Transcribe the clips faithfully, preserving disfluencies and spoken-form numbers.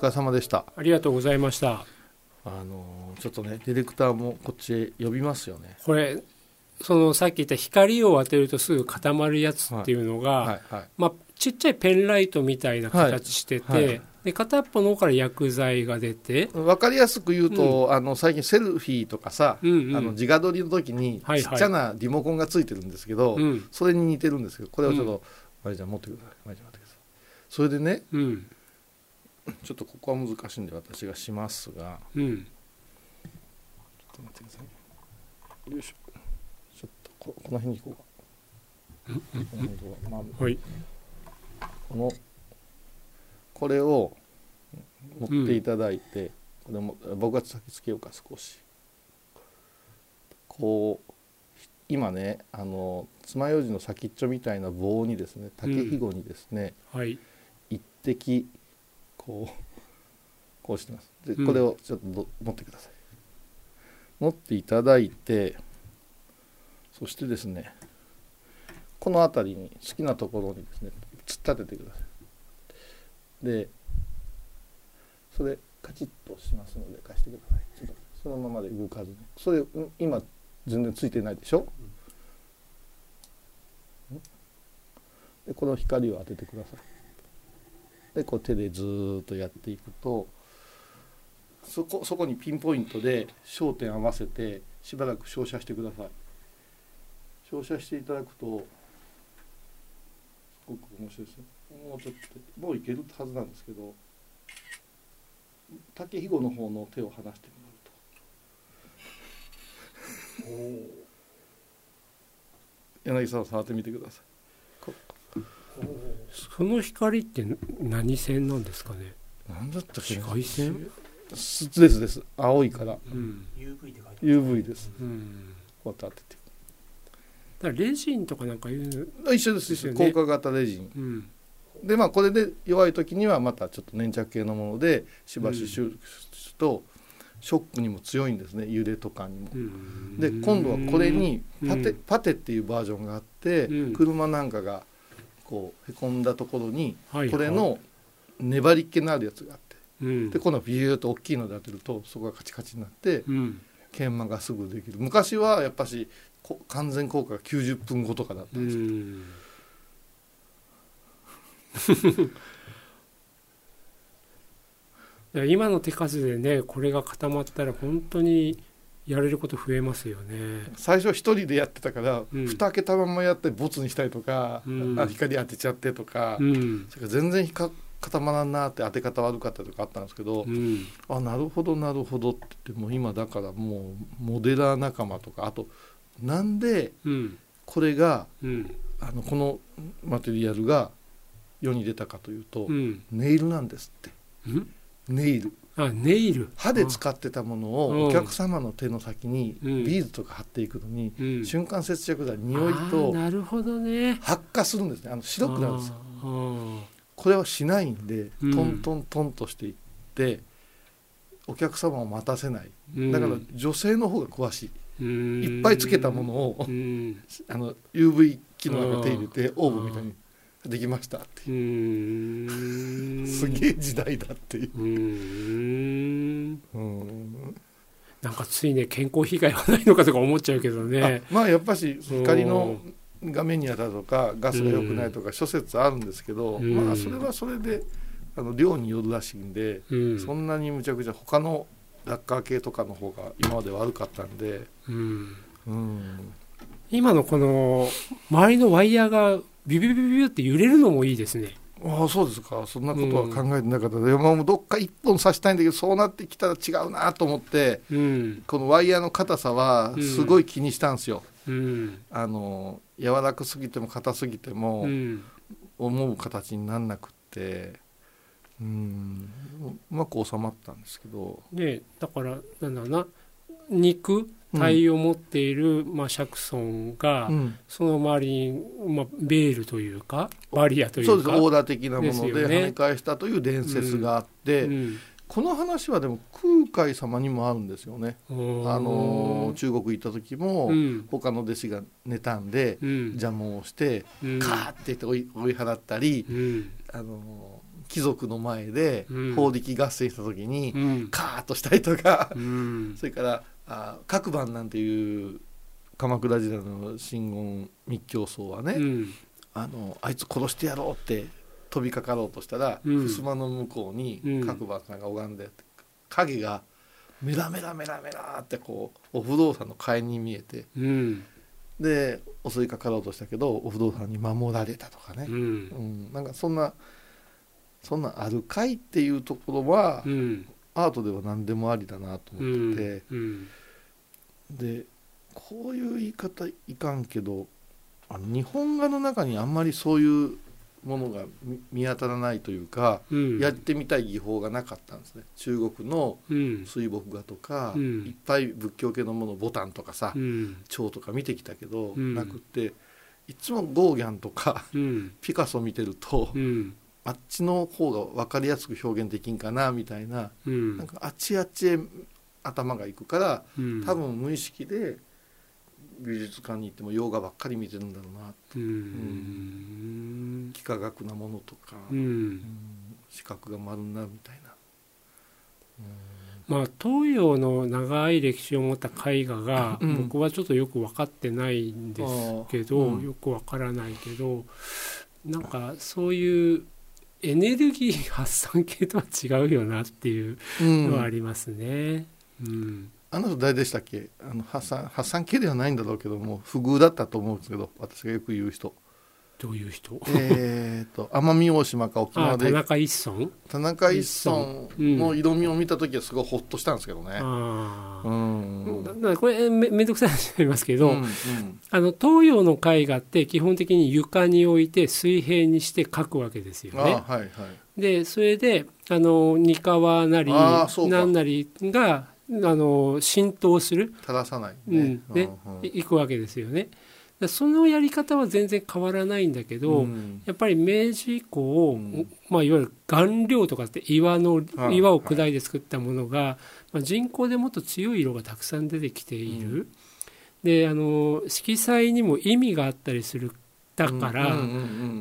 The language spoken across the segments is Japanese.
疲れ様でした。 ありがとうございました。 あのちょっとねディレクターもこっちへ呼びますよね。 これそのさっき言った光を当てるとすぐ固まるやつっていうのが、はいはいはい、まあ、ちっちゃいペンライトみたいな形してて、はいはい、で片っぽの方から薬剤が出て、 分かりやすく言うと、うん、あの最近セルフィーとかさ、うんうん、あの自画撮りの時にちっちゃなリモコンがついてるんですけど、はいはい、それに似てるんですけど、これをちょっと、うん、マリちゃん持ってください。マリちゃん持ってください。それでね、うん、ちょっとここは難しいんで私がしますが、うん、ちょっと待ってください。よいしょ。ちょっと こ, この辺に行こうか。この辺に行こうか。まあ、はい。このこれを持っていただいて、うん、これも僕が先つけようか少し。こう今ねあの爪楊枝の先っちょみたいな棒にですね竹ひごにですね、うんはい、一滴こうこうしてます。でこれをちょっと持ってください。持っていただいて、そしてですねこの辺りに好きなところにですね突っ立ててください。でそれカチッとしますので貸してください。ちょっとそのままで動かずに、それ今全然ついてないでしょ。でこの光を当ててください。でこう手でずーっとやっていくとそこ、そこにピンポイントで焦点合わせてしばらく照射してください。照射していただくとすごく面白いですね。もうちょっともういけるはずなんですけど、竹ひごの方の手を離してもらうと柳さん触ってみてください。 その光って何線なんですかね。 何だったっけ。 紫外線ですです。青いから、うん、 ユーブイ って書いてます。 ユーブイ です、うん、こうやって当ててだからレジンとかなんかいうの一緒ですですよね。硬化型レジン、うん、でまあこれで弱い時にはまたちょっと粘着系のものでしばしシュッとショックにも強いんですね。揺れとかにも、うん、で今度はこれにパテ、うん、パテっていうバージョンがあって、うん、車なんかがこうへこんだところにこれの粘りっ気のあるやつがあって、うん、で今度はビューッと大きいので当てるとそこがカチカチになって、うん、研磨がすぐできる。昔はやっぱし完全効果がきゅうじゅっぷんごとかだったんですけど、 うん、今の手数でねこれが固まったら本当にやれること増えますよね。 最初一人でやってたから、うん、蓋開けたままやってボツにしたりとか、うん、あ光当てちゃってとか、うん、それから全然固まらんなって当て方悪かったとかあったんですけど、うん、あなるほどなるほどって言っても今だからもうモデラー仲間とかあとなんでこれが、うん、あのこのマテリアルが世に出たかというと、うん、ネイルなんですって、うん、ネイルあネイル歯で使ってたものをお客様の手の先にビーズとか貼っていくのに、うん、瞬間接着剤匂いとなるほど、ね、 発火するんですね。あの白くなるんですよ。これはしないんでトントントンとしていって、うん、お客様を待たせない。だから女性の方が詳しい、うん、いっぱいつけたものを、うん、あの ユーブイ 機能が手入れてオーブンみたいにできましたっていう、うーんすげえ時代だっていう、うーんうんなんかついね健康被害はないのかとか思っちゃうけどね。 まあやっぱし光の画面に当たるとかガスが良くないとか諸説あるんですけど、まあそれはそれであの量によるらしいんで、そんなにむちゃくちゃ他のラッカー系とかの方が今まで悪かったんで、うんうん、今のこの周りのワイヤーがビュビュビュビュって揺れるのもいいですね。 ああそうですか。そんなことは考えてなかったので、うん、もうどっか一本刺したいんだけどそうなってきたら違うなと思って、うん、このワイヤーの硬さはすごい気にしたんですよ、うん、あの柔らかすぎても硬すぎても思う形にならなくって、うん、うまく収まったんですけど、 ね、だからなんだろうな肉体を持っている、うんまあ、シャクソンが、うん、その周りに、まあ、ベールというかバリアというかそうですオーダー的なもので跳ね返したという伝説があって、うんうん、この話はでも空海様にもあるんですよね。あの中国行った時も、うん、他の弟子が妬んで、うん、邪魔をして、うん、カーって言って追い、追い払ったり、うん、あの貴族の前で法力合戦した時にカーッとしたりとか、うん、それからあ各番なんていう鎌倉時代の真言密教僧はね、うん、あのあいつ殺してやろうって飛びかかろうとしたら、うん、襖の向こうに各番さんが拝んで、うん、影がメラメラメラメラってこうお不動産の替えに見えて、うん、で襲いかかろうとしたけどお不動産に守られたとかね、うんうん、なんかそんなそんなあるかいっていうところは、うん、アートでは何でもありだなと思ってて、うんうん、でこういう言い方いかんけどあの日本画の中にあんまりそういうものが 見, 見当たらないというか、うん、やってみたい技法がなかったんですね。中国の水墨画とか、うん、いっぱい仏教系のものボタンとかさ、うん、蝶とか見てきたけど、うん、なくっていつもゴーギャンとか、うん、ピカソ見てると、うんあっちの方が分かりやすく表現できんかなみたいな、うん、なんかあっちあっちへ頭がいくから、うん、多分無意識で美術館に行っても洋画ばっかり見てるんだろうなって、うんうん、幾何学なものとか、うんうん、四角が丸になるみたいな、 うん、まあ東洋の長い歴史を持った絵画が、うん、僕はちょっとよく分かってないんですけど、うん、よく分からないけどなんかそういうエネルギー発散系とは違うよなっていうのはありますね、うんうん、 あの人誰でしたっけあの発散、発散系ではないんだろうけども不遇だったと思うんですけど私がよく言う人どういう人えーと奄美大島か沖縄で田中一村田中一村の色味を見た時はすごいホッとしたんですけどね、うん、あ、うん、 だからこれ め, めんどくさい話になりますけど、うんうん、あの東洋の絵画って基本的に床に置いて水平にして描くわけですよね、あ、はいはい、でそれであの二川なり何なりがあの浸透する正さないね、 うん、で、うんうん、いくわけですよね。そのやり方は全然変わらないんだけど、うん、やっぱり明治以降、うんまあ、いわゆる顔料とかって岩の岩を砕いて作ったものが、はいまあ、人工でもっと強い色がたくさん出てきている、うん、であの色彩にも意味があったりするだから、うんうんうんうん、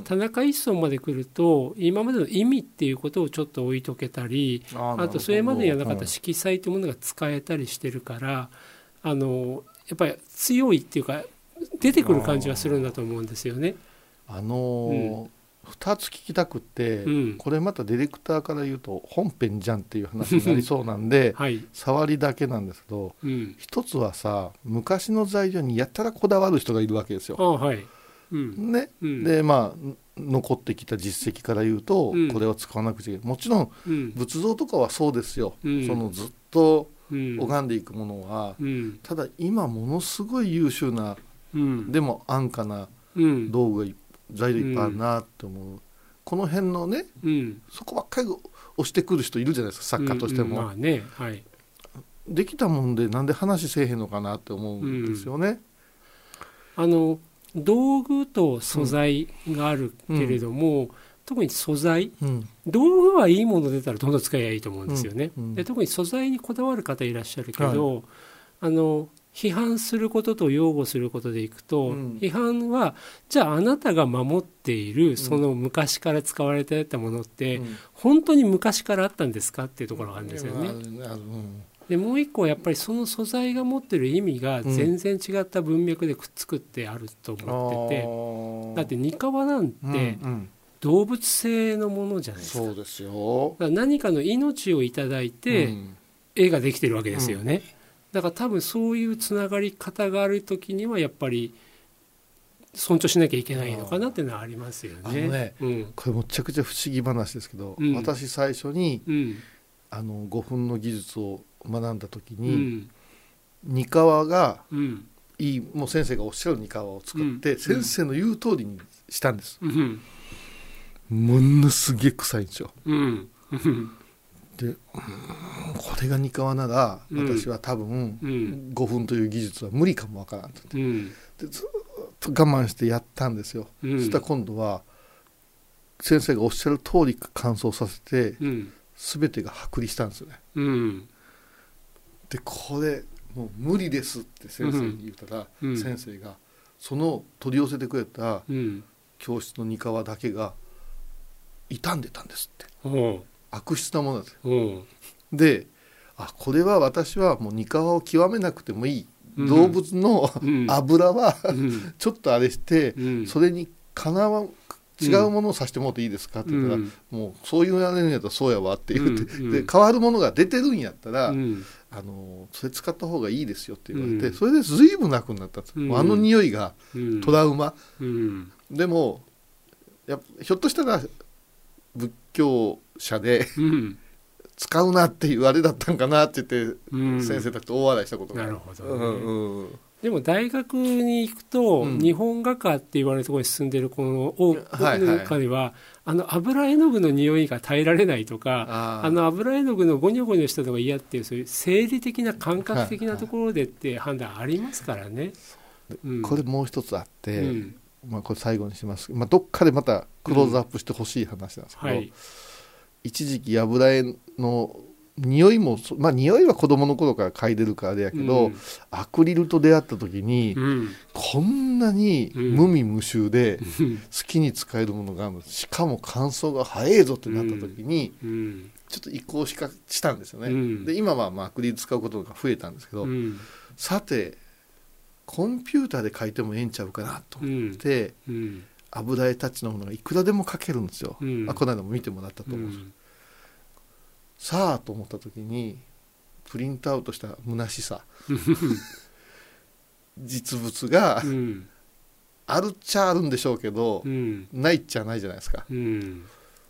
田中一村まで来ると今までの意味っていうことをちょっと置いとけたり あ, あとそれまでにはなかった色彩というものが使えたりしてるから、あのやっぱり強いっていうか出てくる感じはするんだと思うんですよね。 あのーうん、ふたつ聞きたくって、うん、これまたディレクターから言うと本編じゃんっていう話になりそうなんで、はい、触りだけなんですけど、うん、一つはさ昔の材料にやったらこだわる人がいるわけですよ。あ、はいうんねうん、でまあ残ってきた実績から言うと、うん、これを使わなくちゃいけない。もちろん、うん、仏像とかはそうですよ、うん、そのずっと拝んでいくものは、うん、ただ今ものすごい優秀なうん、でも安価な道具が、うん、材料いっぱいあるなって思う、うん、この辺のね、うん、そこばっかり押してくる人いるじゃないですか作家としても、うんうんまあねはい、できたもんでなんで話せえへんのかなって思うんですよね、 うん、あの道具と素材があるけれども、うん、特に素材、うん、道具はいいもの出たらどんどん使えばいいと思うんですよね、うんうん、で特に素材にこだわる方いらっしゃるけど、はい、あの批判することと擁護することでいくと、うん、批判はじゃああなたが守っているその昔から使われていたものって、うん、本当に昔からあったんですかっていうところがあるんですよね、うん、でもう一個やっぱりその素材が持ってる意味が全然違った文脈でくっつくってあると思ってて、うん、だってに川なんて動物性のものじゃないですか。 そうですよ。 だから何かの命をいただいて絵ができてるわけですよね、うんだから多分そういうつながり方があるときにはやっぱり尊重しなきゃいけないのかなっていうのはありますよね。あのね、うん、 これめちゃくちゃ不思議話ですけど、うん、私最初に、うん、あのごふんの技術を学んだときに、うん、に川がいい、もう先生がおっしゃるに川を作って、うん、先生の言う通りにしたんです、うん、ものすげえ臭いんですよ、うんでうんこれがに川なら私は多分ごふんという技術は無理かもわからんと、うん、でずっと我慢してやったんですよ、うん、そしたら今度は先生がおっしゃる通り乾燥させて、うん、全てが剥離したんですよね、うん、でこれもう無理ですって先生に言ったら、うん、先生がその取り寄せてくれた教室のに川だけが傷んでたんですって。 うん、 悪質なものなんですよ。 うん、 で、あ、これは私はもうに皮を極めなくてもいい、うん、動物の油は、うん、ちょっとあれして、うん、それにかなわ違うものをさせてもらっていいですかって言ったら、うん、もうそういうやれるんやったらそうやわって言って、うんうん、で変わるものが出てるんやったら、うん、あのそれ使った方がいいですよって言われて、うん、それで随分楽になったんです、うん、あの匂いがトラウマ、うん、でもやひょっとしたら仏教者で、うん、使うなっていうあれだったんかなって言って、うん、先生たちと大笑いしたことがある。 なるほどね、うんうん、でも大学に行くと、うん、日本画家って言われるところに進んでいるこの多くの中では、はいはい、あの油絵の具の匂いが耐えられないとか、ああの油絵の具のゴニョゴニョしたのが嫌っていう、そういう生理的な感覚的なところでって判断ありますからね、 はいはい、これもう一つあって、うん、まあ、これ最後にします、まあ、どっかでまたクローズアップしてほしい話なんですけど、うん、はい、一時期油絵の匂いも、まあ匂いは子供の頃から嗅いでるからあれやけど、うん、アクリルと出会った時に、うん、こんなに無味無臭で好きに使えるものがある、しかも乾燥が早いぞってなった時に、うん、ちょっと移行しかしたんですよね、うん、で今はまあアクリル使うことが増えたんですけど、うん、さてコンピューターで描いてもええんちゃうかなと思って、うんうん、油絵タッチのものがいくらでも描けるんですよ、うん、あこの間も見てもらったと思うんです、うん、さあと思った時にプリントアウトした虚しさ実物が、うん、あるっちゃあるんでしょうけど、うん、ないっちゃないじゃないですか、うん、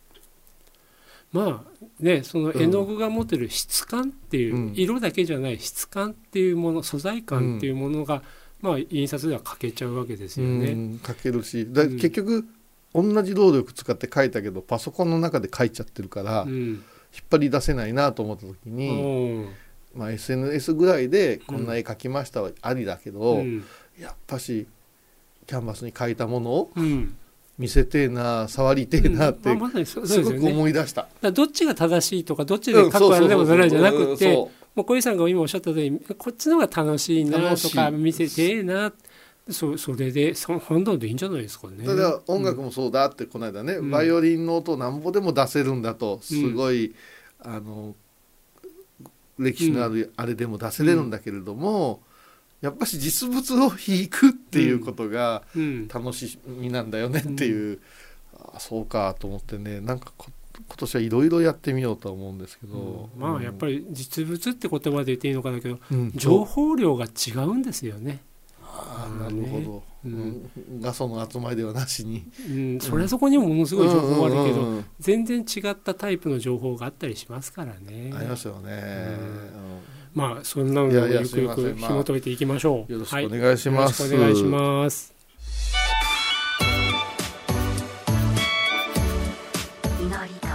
まあね、その絵の具が持ってる質感っていう、うん、色だけじゃない質感っていうもの、素材感っていうものが、うんまあ、印刷では描けちゃうわけですよね、うん、 描けるしだ結局、うん、同じ労力使って描いたけどパソコンの中で描いちゃってるから、うん、引っ張り出せないなと思った時に、まあ、エスエヌエス ぐらいでこんな絵描きましたはありだけど、うん、やっぱしキャンバスに描いたものを見せてえな、触りてえなってすごく思い出した、 だどっちが正しいとかどっちで描くあれでもならないじゃなくて、もう小井さんが今おっしゃったようにこっちの方が楽しいなとか見せてええな、そ, それでその判断でいいんじゃないですかね。 それでは音楽もそうだってこの間ね、うん、バイオリンの音なんぼでも出せるんだとすごい、うん、あの歴史のあるあれでも出せれるんだけれども、うん、やっぱし実物を弾くっていうことが楽しみなんだよねっていう、うんうん、あそうかと思ってね、なんかこ今年はいろいろやってみようとは思うんですけど、 うん、まあやっぱり実物って言葉で言っていいのかだけど、うん、情報量が違うんですよね。 ああなるほど、うん、画素の集まりではなしに、 うん、それはそこにもものすごい情報あるけど、うんうんうんうん、全然違ったタイプの情報があったりしますからね。 ありますよね、 うん、まあそんなのをゆくゆく紐解いていきましょう、まあ、 よろしくお願いします、 はい、よろしくお願いします。 祈り